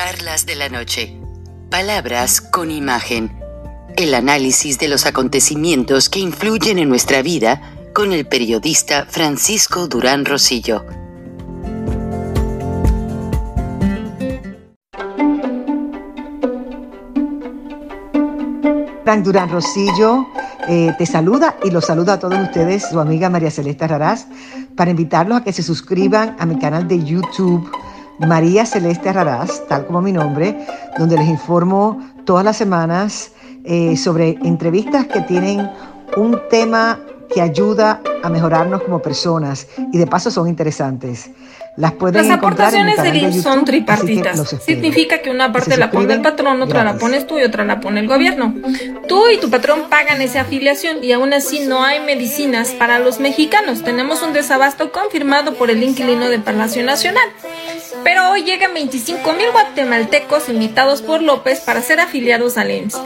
Charlas de la noche. Palabras con imagen. El análisis de los acontecimientos que influyen en nuestra vida con el periodista Francisco Durán Rosillo. Frank Durán Rosillo te saluda y los saluda a todos ustedes, su amiga María Celeste Raraz, para invitarlos a que se suscriban a mi canal de YouTube, María Celeste Raraz, tal como mi nombre, donde les informo todas las semanas sobre entrevistas que tienen un tema que ayuda a mejorarnos como personas y de paso son interesantes. Las aportaciones del IMSS son tripartitas. Significa que una parte la pone el patrón, otra la pones tú y otra la pone el gobierno. Tú y tu patrón pagan esa afiliación y aún así no hay medicinas para los mexicanos. Tenemos un desabasto confirmado por el inquilino de Palacio Nacional. Pero hoy llegan 25,000 guatemaltecos invitados por López para ser afiliados al IMSS.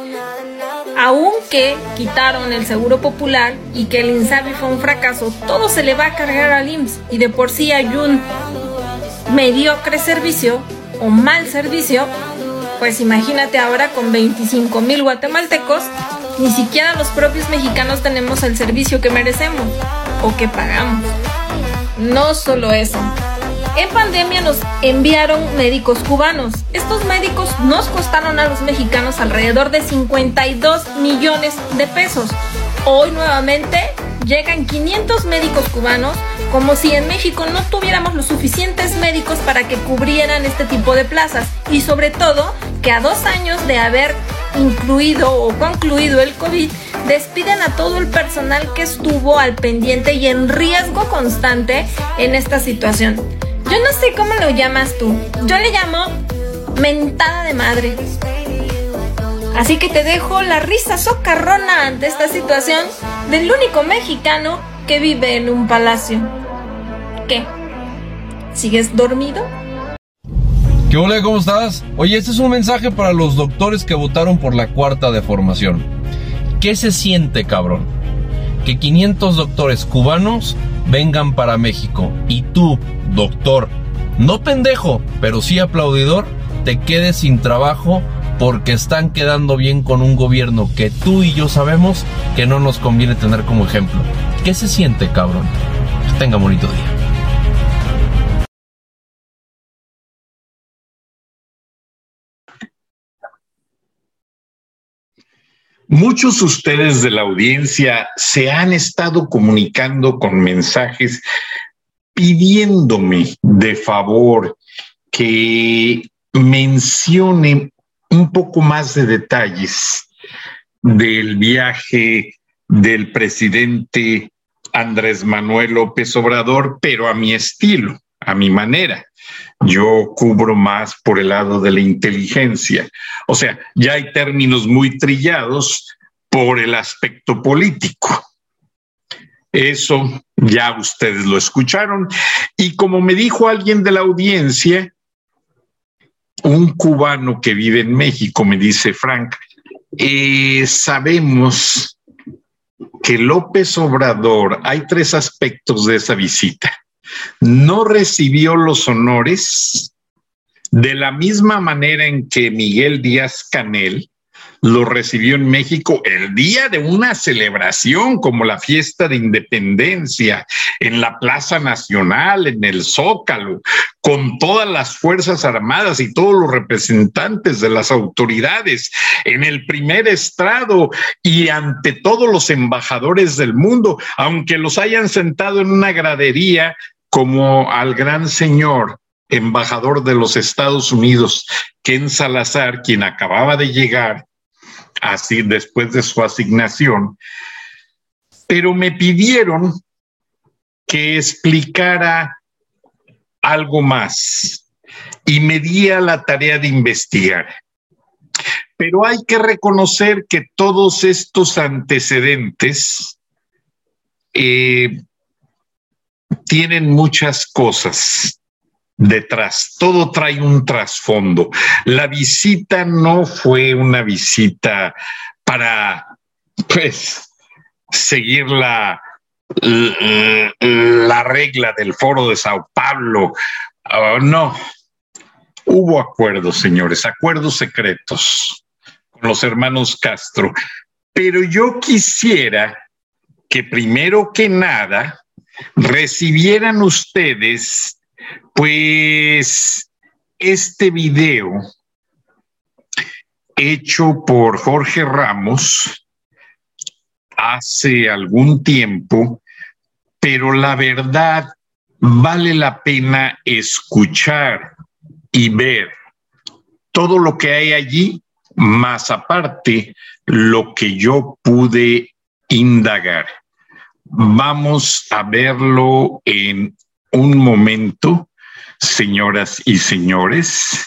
Aunque quitaron el seguro popular y que el INSABI fue un fracaso, todo se le va a cargar al IMSS y de por sí hay un mediocre servicio o mal servicio, pues imagínate ahora con 25,000 guatemaltecos, ni siquiera los propios mexicanos tenemos el servicio que merecemos o que pagamos. No solo eso. En pandemia nos enviaron médicos cubanos. Estos médicos nos costaron a los mexicanos alrededor de 52 millones de pesos. Hoy nuevamente llegan 500 médicos cubanos, como si en México no tuviéramos los suficientes médicos para que cubrieran este tipo de plazas. Y sobre todo, que a 2 años de haber incluido o concluido el COVID, despiden a todo el personal que estuvo al pendiente y en riesgo constante en esta situación. Yo no sé cómo lo llamas tú. Yo le llamo mentada de madre. Así que te dejo la risa socarrona ante esta situación del único mexicano que vive en un palacio. ¿Qué? ¿Sigues dormido? ¿Qué hola? ¿Cómo estás? Oye, este es un mensaje para los doctores que votaron por la cuarta de formación. ¿Qué se siente, cabrón? Que 500 doctores cubanos vengan para México y tú, doctor, no pendejo, pero sí aplaudidor, te quedes sin trabajo porque están quedando bien con un gobierno que tú y yo sabemos que no nos conviene tener como ejemplo. ¿Qué se siente, cabrón? Que tenga bonito día. Muchos de ustedes de la audiencia se han estado comunicando con mensajes pidiéndome de favor que mencione un poco más de detalles del viaje del presidente Andrés Manuel López Obrador, pero a mi estilo, a mi manera. Yo cubro más por el lado de la inteligencia. O sea, ya hay términos muy trillados por el aspecto político. Eso ya ustedes lo escucharon. Y como me dijo alguien de la audiencia, un cubano que vive en México, me dice Frank, sabemos que López Obrador, hay 3 aspectos de esa visita. No recibió los honores de la misma manera en que Miguel Díaz-Canel lo recibió en México el día de una celebración como la fiesta de independencia en la Plaza Nacional, en el Zócalo, con todas las Fuerzas Armadas y todos los representantes de las autoridades en el primer estrado y ante todos los embajadores del mundo, aunque los hayan sentado en una gradería como al gran señor embajador de los Estados Unidos, Ken Salazar, quien acababa de llegar así después de su asignación, pero me pidieron que explicara algo más y me di a la tarea de investigar. Pero hay que reconocer que todos estos antecedentes tienen muchas cosas detrás, todo trae un trasfondo. La visita no fue una visita para, pues, seguir la regla del Foro de Sao Paulo. No, Hubo acuerdos, señores, acuerdos secretos con los hermanos Castro. Pero yo quisiera que primero que nada recibieran ustedes, pues, este video hecho por Jorge Ramos hace algún tiempo, pero la verdad vale la pena escuchar y ver todo lo que hay allí, más aparte lo que yo pude indagar. Vamos a verlo en un momento, señoras y señores.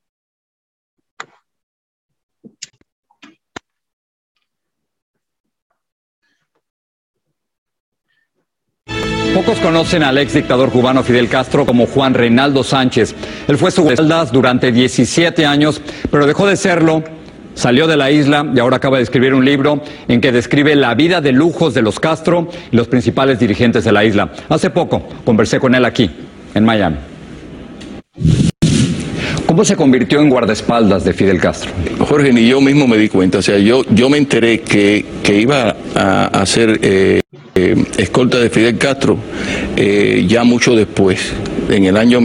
Pocos conocen al ex dictador cubano Fidel Castro como Juan Reinaldo Sánchez. Él fue su guardaespaldas durante 17 años, pero dejó de serlo. Salió de la isla y ahora acaba de escribir un libro en que describe la vida de lujos de los Castro y los principales dirigentes de la isla. Hace poco conversé con él aquí, en Miami. ¿Cómo se convirtió en guardaespaldas de Fidel Castro? Jorge, ni yo mismo me di cuenta. O sea, yo me enteré que iba a ser escolta de Fidel Castro ya mucho después, en el año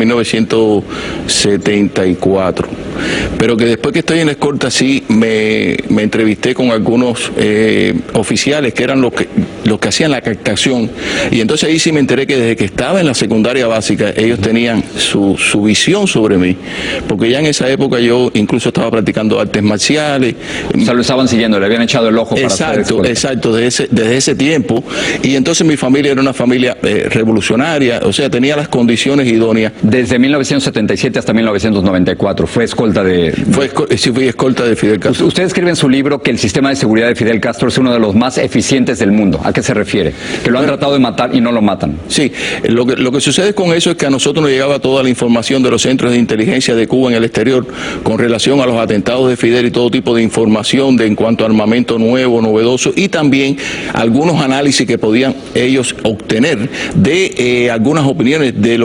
1974. Pero que después que estoy en escolta sí me entrevisté con algunos oficiales que eran los que hacían la captación, y entonces ahí sí me enteré que desde que estaba en la secundaria básica ellos tenían su visión sobre mí, porque ya en esa época yo incluso estaba practicando artes marciales. O sea, lo estaban siguiendo, le habían echado el ojo para hacer escolta. Exacto, desde ese tiempo, y entonces mi familia era una familia revolucionaria, o sea, tenía las condiciones idóneas. Desde 1977 hasta 1994 fue escolta Sí, fui escolta de Fidel Castro. Usted escribe en su libro que el sistema de seguridad de Fidel Castro es uno de los más eficientes del mundo. ¿A qué se refiere? Que lo han tratado de matar y no lo matan. Sí, lo que sucede con eso es que a nosotros nos llegaba toda la información de los centros de inteligencia de Cuba en el exterior con relación a los atentados de Fidel y todo tipo de información en cuanto a armamento nuevo, novedoso, y también algunos análisis que podían ellos obtener de algunas opiniones de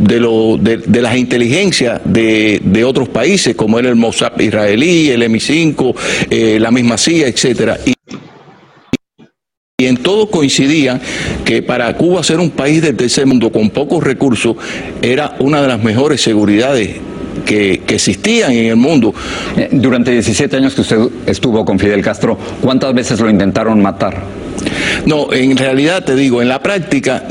las inteligencias de otros países, como era el Mossad israelí, el MI5, la misma CIA, etcétera. Y en todo coincidían que para Cuba ser un país del tercer mundo con pocos recursos era una de las mejores seguridades que existían en el mundo. Durante 17 años que usted estuvo con Fidel Castro, ¿cuántas veces lo intentaron matar? No, en realidad te digo, en la práctica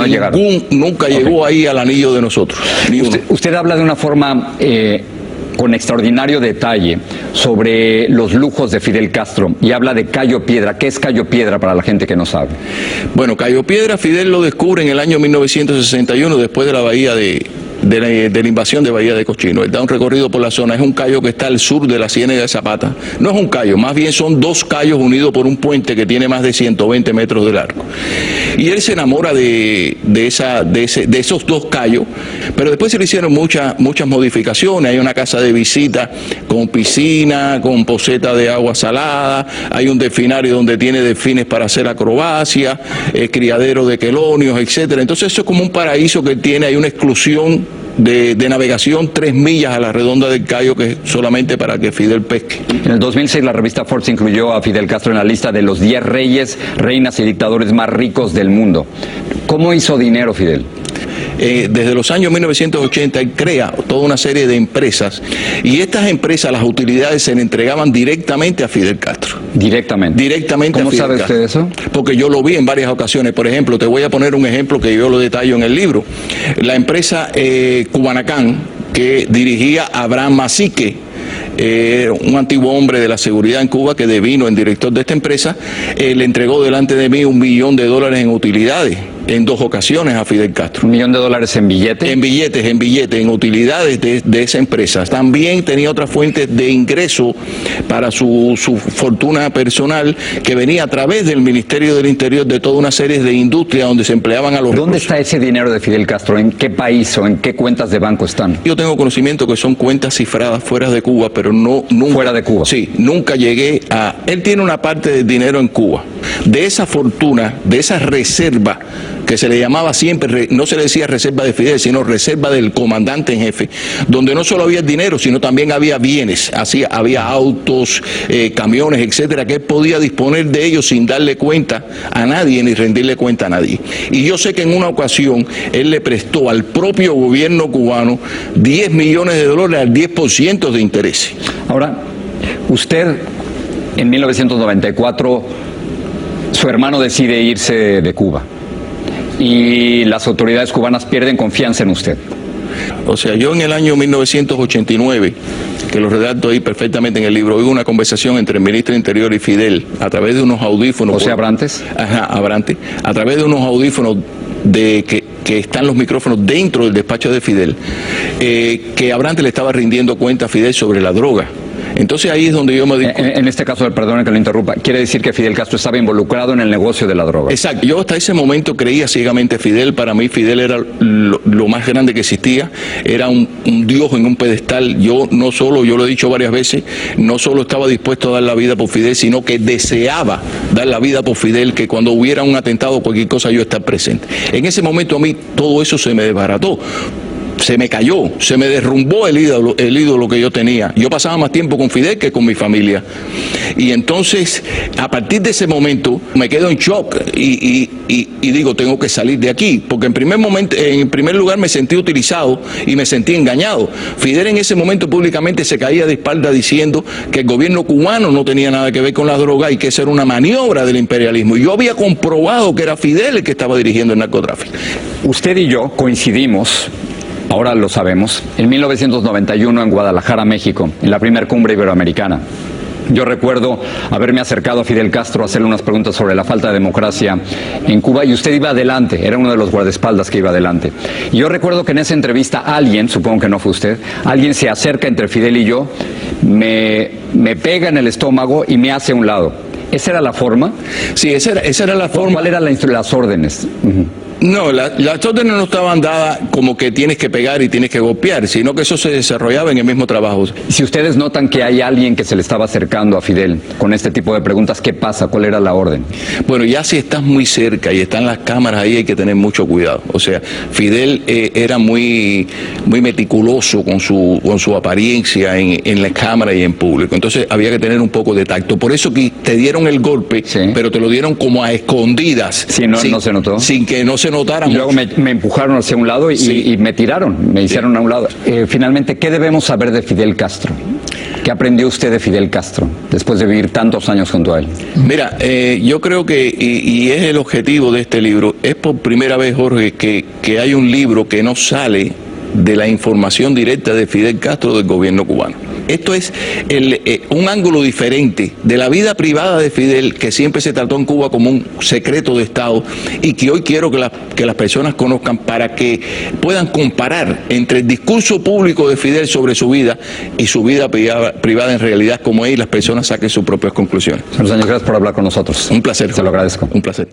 nunca llegó ahí al anillo de nosotros. Usted habla de una forma con extraordinario detalle sobre los lujos de Fidel Castro y habla de Cayo Piedra. ¿Qué es Cayo Piedra para la gente que no sabe? Bueno, Cayo Piedra Fidel lo descubre en el año 1961 después de la bahía de la invasión de Bahía de Cochino. Él da un recorrido por la zona, es un cayo que está al sur de la Ciénaga de Zapata. No es un cayo, más bien son dos cayos unidos por un puente que tiene más de 120 metros de largo. Y él se enamora de esos dos cayos, pero después se le hicieron muchas modificaciones. Hay una casa de visita con piscina, con poseta de agua salada, hay un delfinario donde tiene delfines para hacer acrobacia, criadero de quelonios, etcétera. Entonces eso es como un paraíso que él tiene, hay una exclusión de navegación 3 millas a la redonda del Cayo, que es solamente para que Fidel pesque. En el 2006 la revista Forbes incluyó a Fidel Castro en la lista de los 10 reyes, reinas y dictadores más ricos del mundo. ¿Cómo hizo dinero Fidel? Desde los años 1980 él crea toda una serie de empresas, y estas empresas, las utilidades se le entregaban directamente a Fidel Castro. Directamente ¿Cómo a Fidel sabe Castro. Usted eso? Porque yo lo vi en varias ocasiones. Por ejemplo, te voy a poner un ejemplo que yo lo detallo en el libro. La empresa Cubanacán, que dirigía Abraham Masique, un antiguo hombre de la seguridad en Cuba que devino en director de esta empresa, le entregó delante de mí $1 millón en utilidades en 2 ocasiones a Fidel Castro. ¿$1 millón en billetes? En billetes, en utilidades de esa empresa. También tenía otra fuente de ingreso para su fortuna personal, que venía a través del Ministerio del Interior, de toda una serie de industrias donde se empleaban a los ¿Dónde está ese dinero de Fidel Castro? ¿En qué país o en qué cuentas de banco están? Yo tengo conocimiento que son cuentas cifradas fuera de Cuba, pero nunca. ¿Fuera de Cuba? Sí, nunca llegué a... Él tiene una parte del dinero en Cuba. De esa fortuna, de esa reserva que que se le llamaba siempre, no se le decía reserva de Fidel, sino reserva del comandante en jefe, donde no solo había dinero, sino también había bienes, así había autos, camiones, etcétera, que él podía disponer de ellos sin darle cuenta a nadie ni rendirle cuenta a nadie. Y yo sé que en una ocasión él le prestó al propio gobierno cubano $10 millones al 10% de interés. Ahora, usted en 1994, su hermano decide irse de Cuba y las autoridades cubanas pierden confianza en usted. O sea, yo en el año 1989, que lo redacto ahí perfectamente en el libro, hubo una conversación entre el ministro de Interior y Fidel a través de unos audífonos. O sea, Abrantes. Ajá, Abrantes. A través de unos audífonos que están los micrófonos dentro del despacho de Fidel, que Abrantes le estaba rindiendo cuenta a Fidel sobre la droga. Entonces ahí es donde yo me digo... En este caso, perdone que lo interrumpa, quiere decir que Fidel Castro estaba involucrado en el negocio de la droga. Exacto. Yo hasta ese momento creía ciegamente Fidel. Para mí Fidel era lo más grande que existía. Era un dios en un pedestal. Yo lo he dicho varias veces, no solo estaba dispuesto a dar la vida por Fidel, sino que deseaba dar la vida por Fidel, que cuando hubiera un atentado o cualquier cosa yo estar presente. En ese momento a mí todo eso se me desbarató. Se me cayó, se me derrumbó el ídolo que yo tenía. Yo pasaba más tiempo con Fidel que con mi familia. Y entonces, a partir de ese momento, me quedo en shock y digo, tengo que salir de aquí. Porque en primer lugar me sentí utilizado y me sentí engañado. Fidel en ese momento públicamente se caía de espalda diciendo que el gobierno cubano no tenía nada que ver con la droga y que eso era una maniobra del imperialismo. Y yo había comprobado que era Fidel el que estaba dirigiendo el narcotráfico. Usted y yo coincidimos, ahora lo sabemos, en 1991 en Guadalajara, México, en la primera cumbre iberoamericana. Yo recuerdo haberme acercado a Fidel Castro a hacerle unas preguntas sobre la falta de democracia en Cuba y usted iba adelante, era uno de los guardaespaldas que iba adelante. Y yo recuerdo que en esa entrevista alguien, supongo que no fue usted, alguien se acerca entre Fidel y yo, me pega en el estómago y me hace a un lado. ¿Esa era la forma? Sí, esa era la forma. ¿Cuál eran las órdenes? No, las órdenes no estaban dadas como que tienes que pegar y tienes que golpear, sino que eso se desarrollaba en el mismo trabajo. Si ustedes notan que hay alguien que se le estaba acercando a Fidel con este tipo de preguntas, ¿qué pasa? ¿Cuál era la orden? Bueno, ya si estás muy cerca y están las cámaras ahí, hay que tener mucho cuidado. O sea, Fidel era muy meticuloso con su apariencia en la cámara y en público. Entonces había que tener un poco de tacto. Por eso que te dieron el golpe, sí, pero te lo dieron como a escondidas. Sí, no se notó. Sin que no se notaran. Y luego me empujaron hacia un lado y me tiraron, me hicieron a un lado. Finalmente, ¿qué debemos saber de Fidel Castro? ¿Qué aprendió usted de Fidel Castro después de vivir tantos años junto a él? Mira, yo creo que, y es el objetivo de este libro, es por primera vez, Jorge, que hay un libro que no sale de la información directa de Fidel Castro del gobierno cubano. Esto es un ángulo diferente de la vida privada de Fidel, que siempre se trató en Cuba como un secreto de Estado y que hoy quiero que las personas conozcan para que puedan comparar entre el discurso público de Fidel sobre su vida y su vida privada en realidad como es, y las personas saquen sus propias conclusiones. Señor Sánchez, gracias por hablar con nosotros. Un placer. Se lo agradezco. Un placer.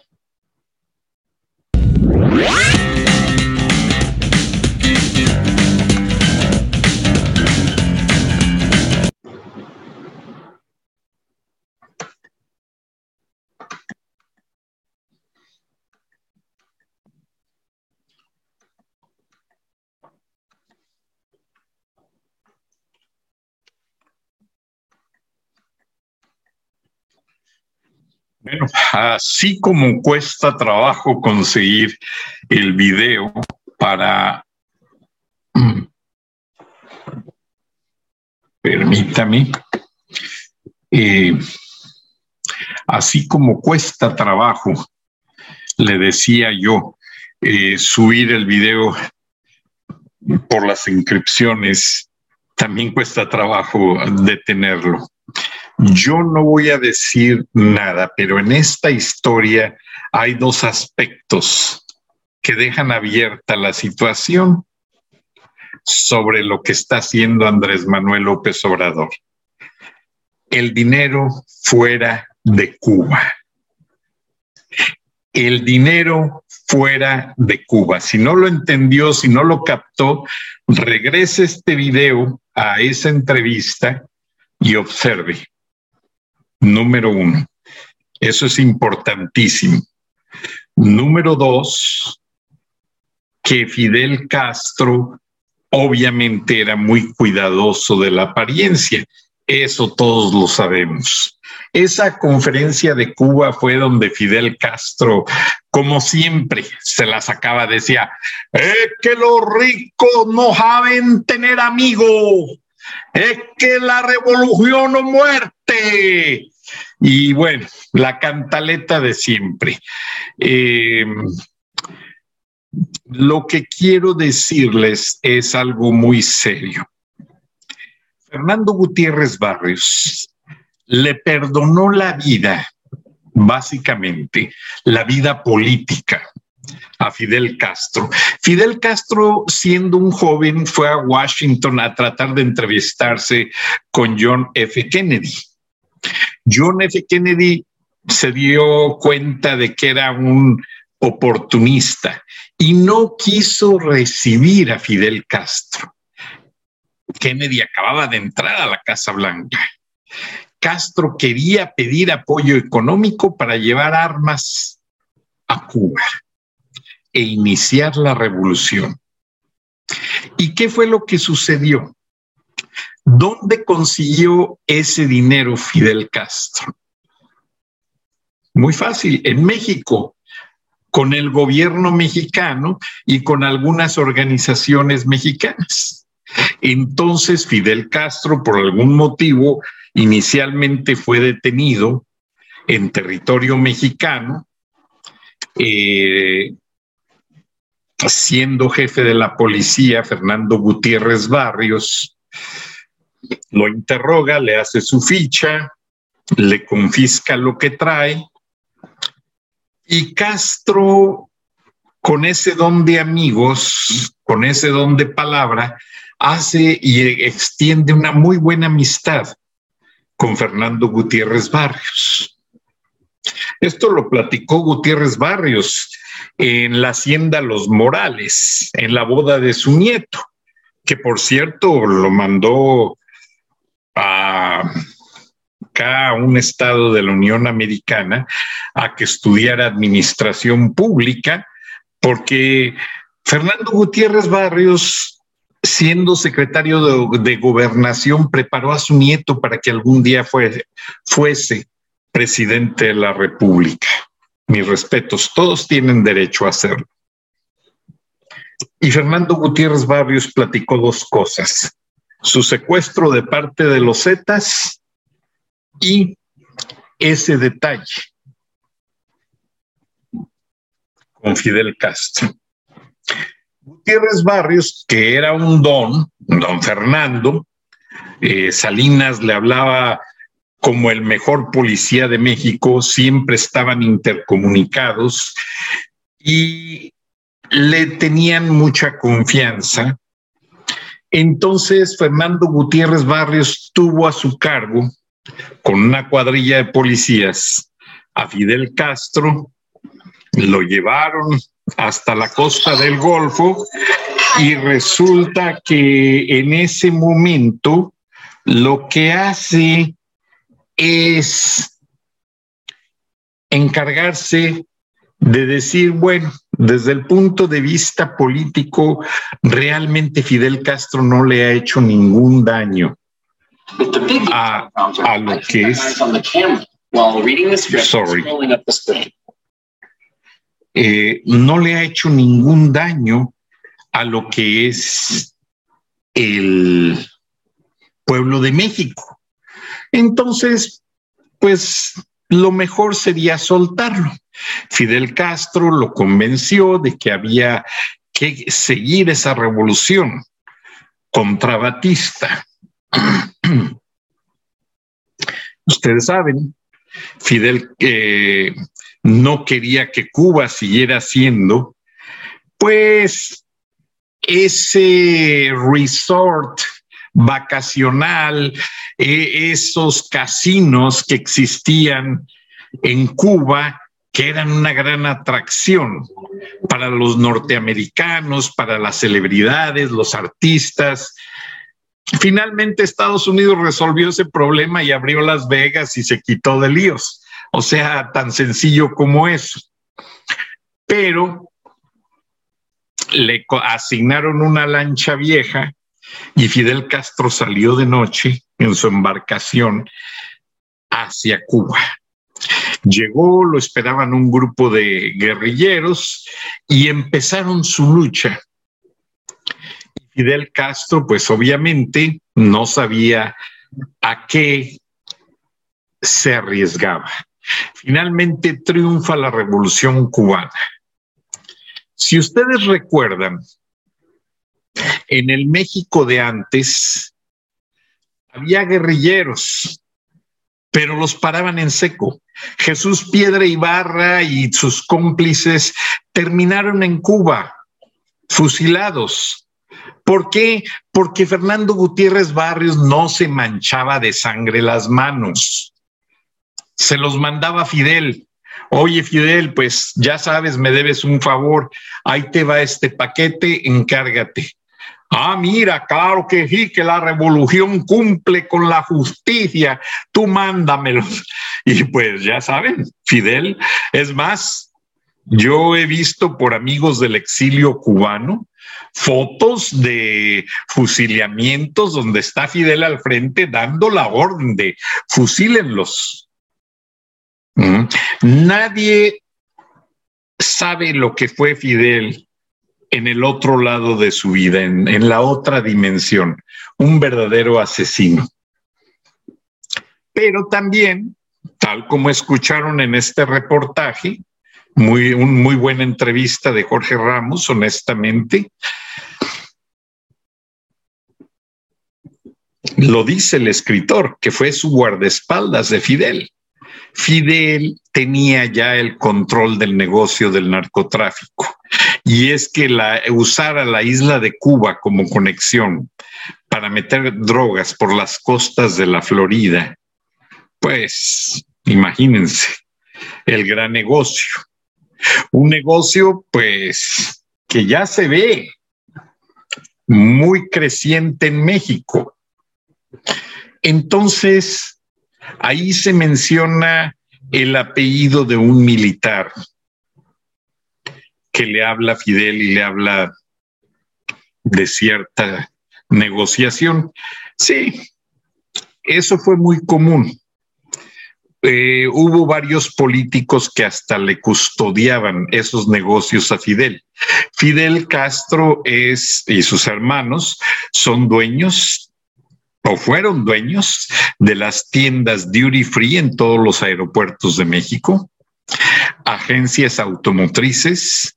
Bueno, así como cuesta trabajo conseguir el video para... Permítame. Así como cuesta trabajo, le decía yo, subir el video por las inscripciones, también cuesta trabajo detenerlo. Yo no voy a decir nada, pero en esta historia hay dos aspectos que dejan abierta la situación sobre lo que está haciendo Andrés Manuel López Obrador. El dinero fuera de Cuba. El dinero fuera de Cuba. Si no lo entendió, si no lo captó, regrese este video a esa entrevista y observe. Número uno, eso es importantísimo. Número 2, que Fidel Castro obviamente era muy cuidadoso de la apariencia. Eso todos lo sabemos. Esa conferencia de Cuba fue donde Fidel Castro, como siempre, se la sacaba, decía, es que los ricos no saben tener amigos, es que la revolución no muerte. Y bueno, la cantaleta de siempre. Lo que quiero decirles es algo muy serio. Fernando Gutiérrez Barrios le perdonó la vida, básicamente, la vida política a Fidel Castro. Fidel Castro, siendo un joven, fue a Washington a tratar de entrevistarse con John F. Kennedy. John F. Kennedy se dio cuenta de que era un oportunista y no quiso recibir a Fidel Castro. Kennedy acababa de entrar a la Casa Blanca. Castro quería pedir apoyo económico para llevar armas a Cuba e iniciar la revolución. ¿Y qué fue lo que sucedió? ¿Dónde consiguió ese dinero Fidel Castro? Muy fácil, en México, con el gobierno mexicano y con algunas organizaciones mexicanas. Entonces Fidel Castro, por algún motivo, inicialmente fue detenido en territorio mexicano, siendo jefe de la policía Fernando Gutiérrez Barrios. Lo interroga, le hace su ficha, le confisca lo que trae, y Castro, con ese don de amigos, con ese don de palabra, hace y extiende una muy buena amistad con Fernando Gutiérrez Barrios. Esto lo platicó Gutiérrez Barrios en la hacienda Los Morales, en la boda de su nieto, que por cierto lo mandó acá a un estado de la Unión Americana a que estudiara administración pública, porque Fernando Gutiérrez Barrios, siendo secretario de Gobernación, preparó a su nieto para que algún día fuese presidente de la República. Mis respetos, todos tienen derecho a hacerlo. Y Fernando Gutiérrez Barrios platicó dos cosas: su secuestro de parte de los Zetas y ese detalle con Fidel Castro. Gutiérrez Barrios, que era un don Fernando, Salinas le hablaba como el mejor policía de México, siempre estaban intercomunicados y le tenían mucha confianza. Entonces Fernando Gutiérrez Barrios tuvo a su cargo, con una cuadrilla de policías, a Fidel Castro, lo llevaron hasta la costa del Golfo y resulta que en ese momento lo que hace es encargarse de decir, bueno, desde el punto de vista político, realmente Fidel Castro no le ha hecho ningún daño a lo que es... no le ha hecho ningún daño a lo que es el pueblo de México. Entonces, pues lo mejor sería soltarlo. Fidel Castro lo convenció de que había que seguir esa revolución contra Batista. Ustedes saben, Fidel no quería que Cuba siguiera siendo, pues, ese resort vacacional, esos casinos que existían en Cuba, que eran una gran atracción para los norteamericanos, para las celebridades, los artistas. Finalmente Estados Unidos resolvió ese problema y abrió Las Vegas y se quitó de líos. O sea, tan sencillo como eso. pero le asignaron una lancha vieja y Fidel Castro salió de noche en su embarcación hacia Cuba. Llegó, lo esperaban un grupo de guerrilleros y empezaron su lucha. Fidel Castro, pues obviamente no sabía a qué se arriesgaba. Finalmente triunfa la Revolución Cubana. Si ustedes recuerdan, en el México de antes había guerrilleros, pero los paraban en seco. Jesús Piedra Ibarra y sus cómplices terminaron en Cuba, fusilados. ¿Por qué? Porque Fernando Gutiérrez Barrios no se manchaba de sangre las manos. Se los mandaba Fidel. Oye, Fidel, pues ya sabes, me debes un favor. Ahí te va este paquete, encárgate. Ah, mira, claro que sí, que la revolución cumple con la justicia. Tú mándamelos. Y pues ya saben, Fidel, es más, yo he visto por amigos del exilio cubano fotos de fusilamientos donde está Fidel al frente dando la orden de fusílenlos. Nadie sabe lo que fue Fidel en el otro lado de su vida, en la otra dimensión, un verdadero asesino. Pero también, tal como escucharon en este reportaje, muy buena entrevista de Jorge Ramos, honestamente, lo dice el escritor, que fue su guardaespaldas de Fidel. Fidel tenía ya el control del negocio del narcotráfico, y es que usar a la isla de Cuba como conexión para meter drogas por las costas de la Florida, pues imagínense el gran negocio. Un negocio pues que ya se ve muy creciente en México. Entonces, ahí se menciona el apellido de un militar que le habla a Fidel y le habla de cierta negociación. Sí, eso fue muy común. Hubo varios políticos que hasta le custodiaban esos negocios a Fidel. Fidel Castro y sus hermanos son dueños o fueron dueños de las tiendas duty free en todos los aeropuertos de México, agencias automotrices,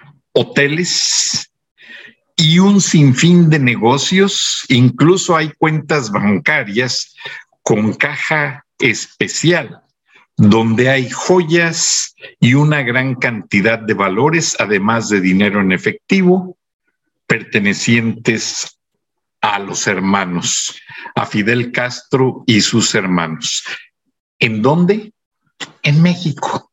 hoteles y un sinfín de negocios. Incluso hay cuentas bancarias con caja especial donde hay joyas y una gran cantidad de valores, además de dinero en efectivo, pertenecientes a los hermanos, a Fidel Castro y sus hermanos. ¿En dónde? En México.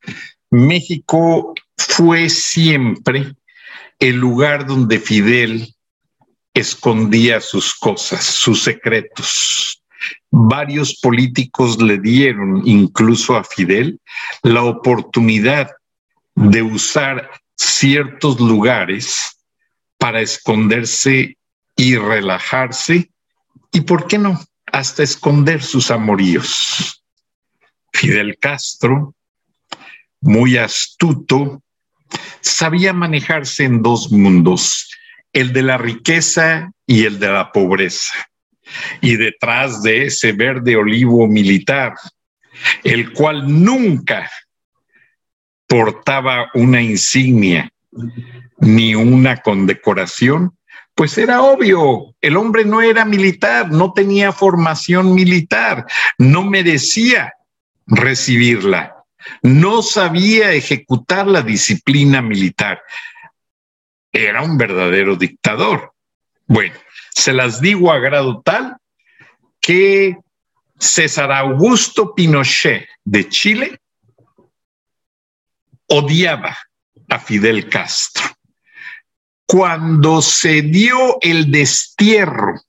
México fue siempre el lugar donde Fidel escondía sus cosas, sus secretos. Varios políticos le dieron, incluso a Fidel, la oportunidad de usar ciertos lugares para esconderse y relajarse, y por qué no, hasta esconder sus amoríos. Fidel Castro, muy astuto, sabía manejarse en dos mundos, el de la riqueza y el de la pobreza. Y detrás de ese verde olivo militar, el cual nunca portaba una insignia ni una condecoración, pues era obvio, el hombre no era militar, no tenía formación militar, no merecía recibirla, no sabía ejecutar la disciplina militar. Era un verdadero dictador. Bueno, se las digo a grado tal que César Augusto Pinochet de Chile odiaba a Fidel Castro. Cuando se dio el destierro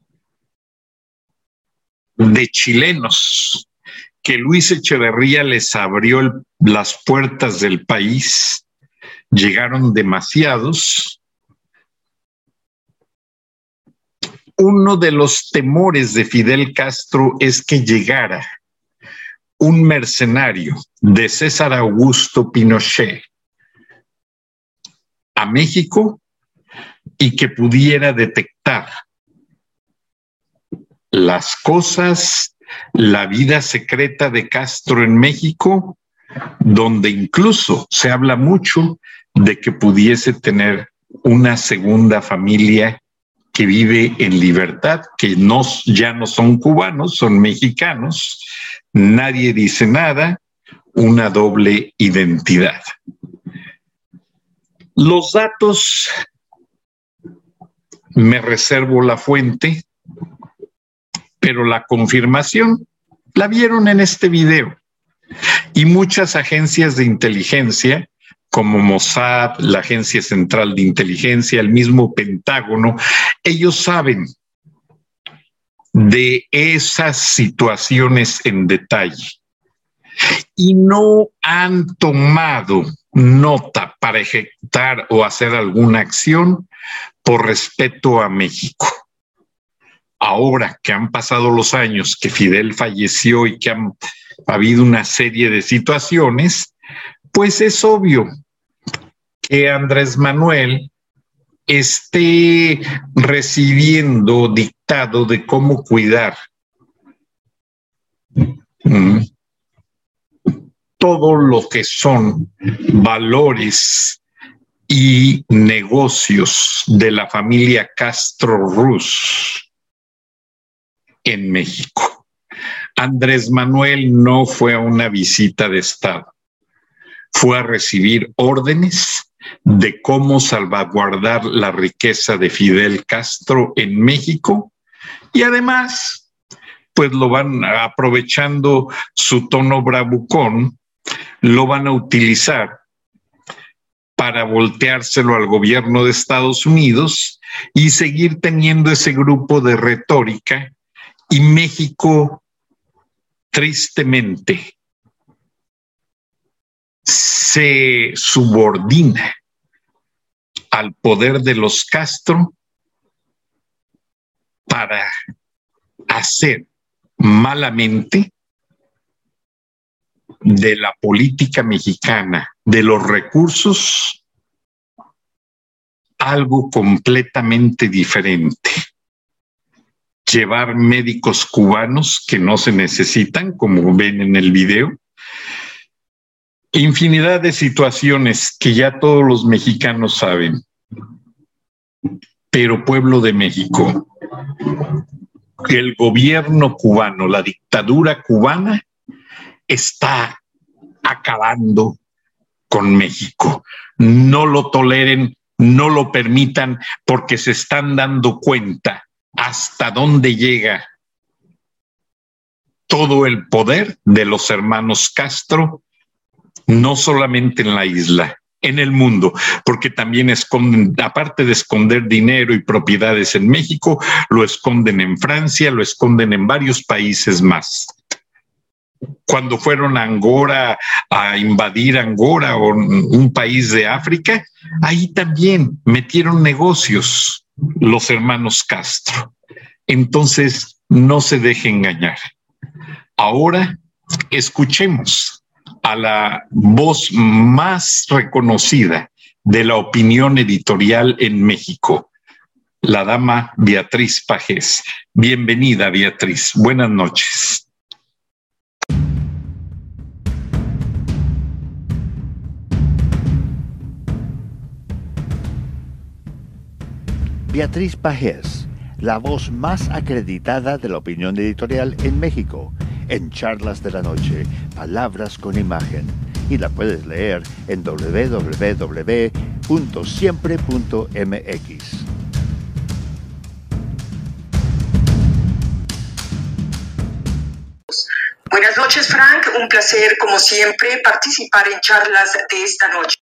de chilenos, que Luis Echeverría les abrió las puertas del país, llegaron demasiados. Uno de los temores de Fidel Castro es que llegara un mercenario de César Augusto Pinochet a México y que pudiera detectar las cosas, la vida secreta de Castro en México, donde incluso se habla mucho de que pudiese tener una segunda familia que vive en libertad, que ya no son cubanos, son mexicanos, nadie dice nada, una doble identidad. Los datos, me reservo la fuente, pero la confirmación la vieron en este video. Y muchas agencias de inteligencia, como Mossad, la Agencia Central de Inteligencia, el mismo Pentágono, ellos saben de esas situaciones en detalle y no han tomado nota para ejecutar o hacer alguna acción por respeto a México. Ahora que han pasado los años, que Fidel falleció y que ha habido una serie de situaciones, pues es obvio que Andrés Manuel esté recibiendo dictado de cómo cuidar todo lo que son valores y negocios de la familia Castro-Ruz en México. Andrés Manuel no fue a una visita de Estado, fue a recibir órdenes de cómo salvaguardar la riqueza de Fidel Castro en México y además, pues lo van aprovechando su tono bravucón, lo van a utilizar para volteárselo al gobierno de Estados Unidos y seguir teniendo ese grupo de retórica. Y México, tristemente, se subordina al poder de los Castro para hacer malamente de la política mexicana, de los recursos, algo completamente diferente. Llevar médicos cubanos que no se necesitan, como ven en el video. Infinidad de situaciones que ya todos los mexicanos saben. Pero pueblo de México, el gobierno cubano, la dictadura cubana, está acabando con México. No lo toleren, no lo permitan, porque se están dando cuenta hasta dónde llega todo el poder de los hermanos Castro, no solamente en la isla, en el mundo, porque también esconden, aparte de esconder dinero y propiedades en México, lo esconden en Francia, lo esconden en varios países más. Cuando fueron a Angora, a invadir Angora o un país de África, ahí también metieron negocios los hermanos Castro. Entonces, no se deje engañar. Ahora, escuchemos a la voz más reconocida de la opinión editorial en México, la dama Beatriz Pajés. Bienvenida, Beatriz. Buenas noches. Beatriz Pajés, la voz más acreditada de la opinión editorial en México, en Charlas de la Noche, Palabras con Imagen, y la puedes leer en www.siempre.mx. Buenas noches, Frank. Un placer, como siempre, participar en charlas de esta noche.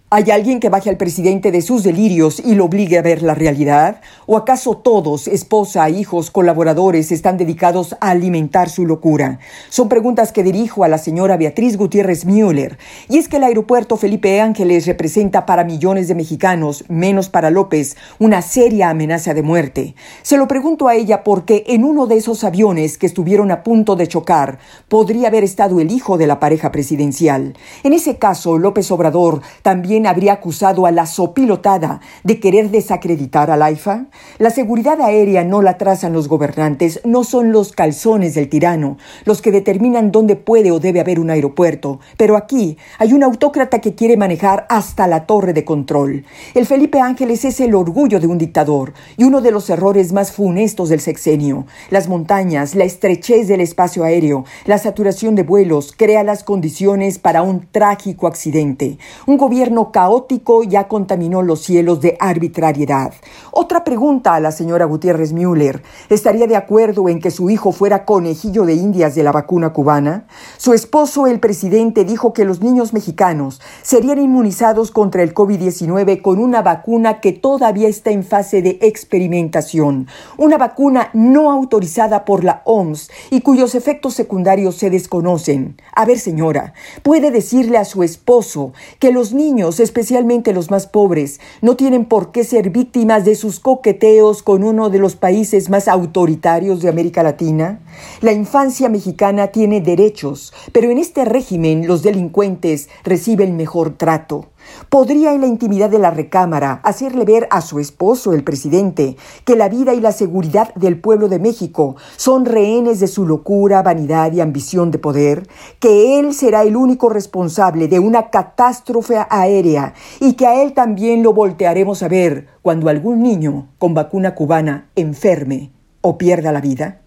¿Hay alguien que baje al presidente de sus delirios y lo obligue a ver la realidad? ¿O acaso todos, esposa, hijos, colaboradores, están dedicados a alimentar su locura? Son preguntas que dirijo a la señora Beatriz Gutiérrez Müller. Y es que el aeropuerto Felipe Ángeles representa para millones de mexicanos, menos para López, una seria amenaza de muerte. Se lo pregunto a ella porque en uno de esos aviones que estuvieron a punto de chocar, podría haber estado el hijo de la pareja presidencial. En ese caso, López Obrador también habría acusado a la sopilotada de querer desacreditar al AIFA. La seguridad aérea no la trazan los gobernantes, no son los calzones del tirano los que determinan dónde puede o debe haber un aeropuerto. Pero aquí hay un autócrata que quiere manejar hasta la torre de control. El Felipe Ángeles es el orgullo de un dictador y uno de los errores más funestos del sexenio. Las montañas, la estrechez del espacio aéreo, la saturación de vuelos crea las condiciones para un trágico accidente. Un gobierno caótico ya contaminó los cielos de arbitrariedad. Otra pregunta a la señora Gutiérrez Müller. ¿Estaría de acuerdo en que su hijo fuera conejillo de indias de la vacuna cubana? Su esposo, el presidente, dijo que los niños mexicanos serían inmunizados contra el COVID-19 con una vacuna que todavía está en fase de experimentación. Una vacuna no autorizada por la OMS y cuyos efectos secundarios se desconocen. A ver, señora, ¿puede decirle a su esposo que los niños, especialmente los más pobres, no tienen por qué ser víctimas de sus coqueteos con uno de los países más autoritarios de América Latina? La infancia mexicana tiene derechos, pero en este régimen los delincuentes reciben mejor trato. ¿Podría en la intimidad de la recámara hacerle ver a su esposo, el presidente, que la vida y la seguridad del pueblo de México son rehenes de su locura, vanidad y ambición de poder? ¿Que él será el único responsable de una catástrofe aérea y que a él también lo voltearemos a ver cuando algún niño con vacuna cubana enferme o pierda la vida?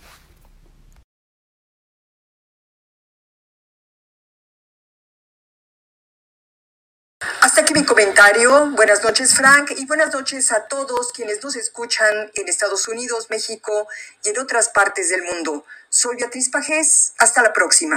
Hasta aquí mi comentario. Buenas noches, Frank, y buenas noches a todos quienes nos escuchan en Estados Unidos, México y en otras partes del mundo. Soy Beatriz Pajés. Hasta la próxima.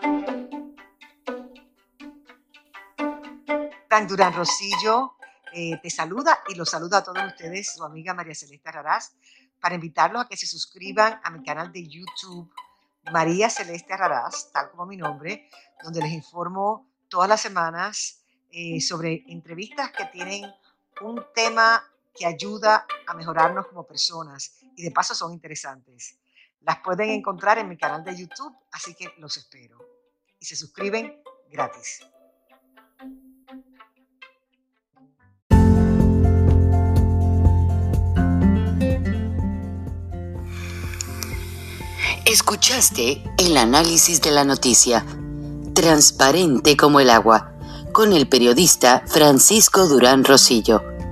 Frank Durán Rosillo te saluda y los saluda a todos ustedes, su amiga María Celeste Raraz, para invitarlos a que se suscriban a mi canal de YouTube, María Celeste Raraz, tal como mi nombre, donde les informo todas las semanas sobre entrevistas que tienen un tema que ayuda a mejorarnos como personas y de paso son interesantes. Las pueden encontrar en mi canal de YouTube, así que los espero. Y se suscriben gratis. Escuchaste el análisis de la noticia, transparente como el agua, con el periodista Francisco Durán Rosillo.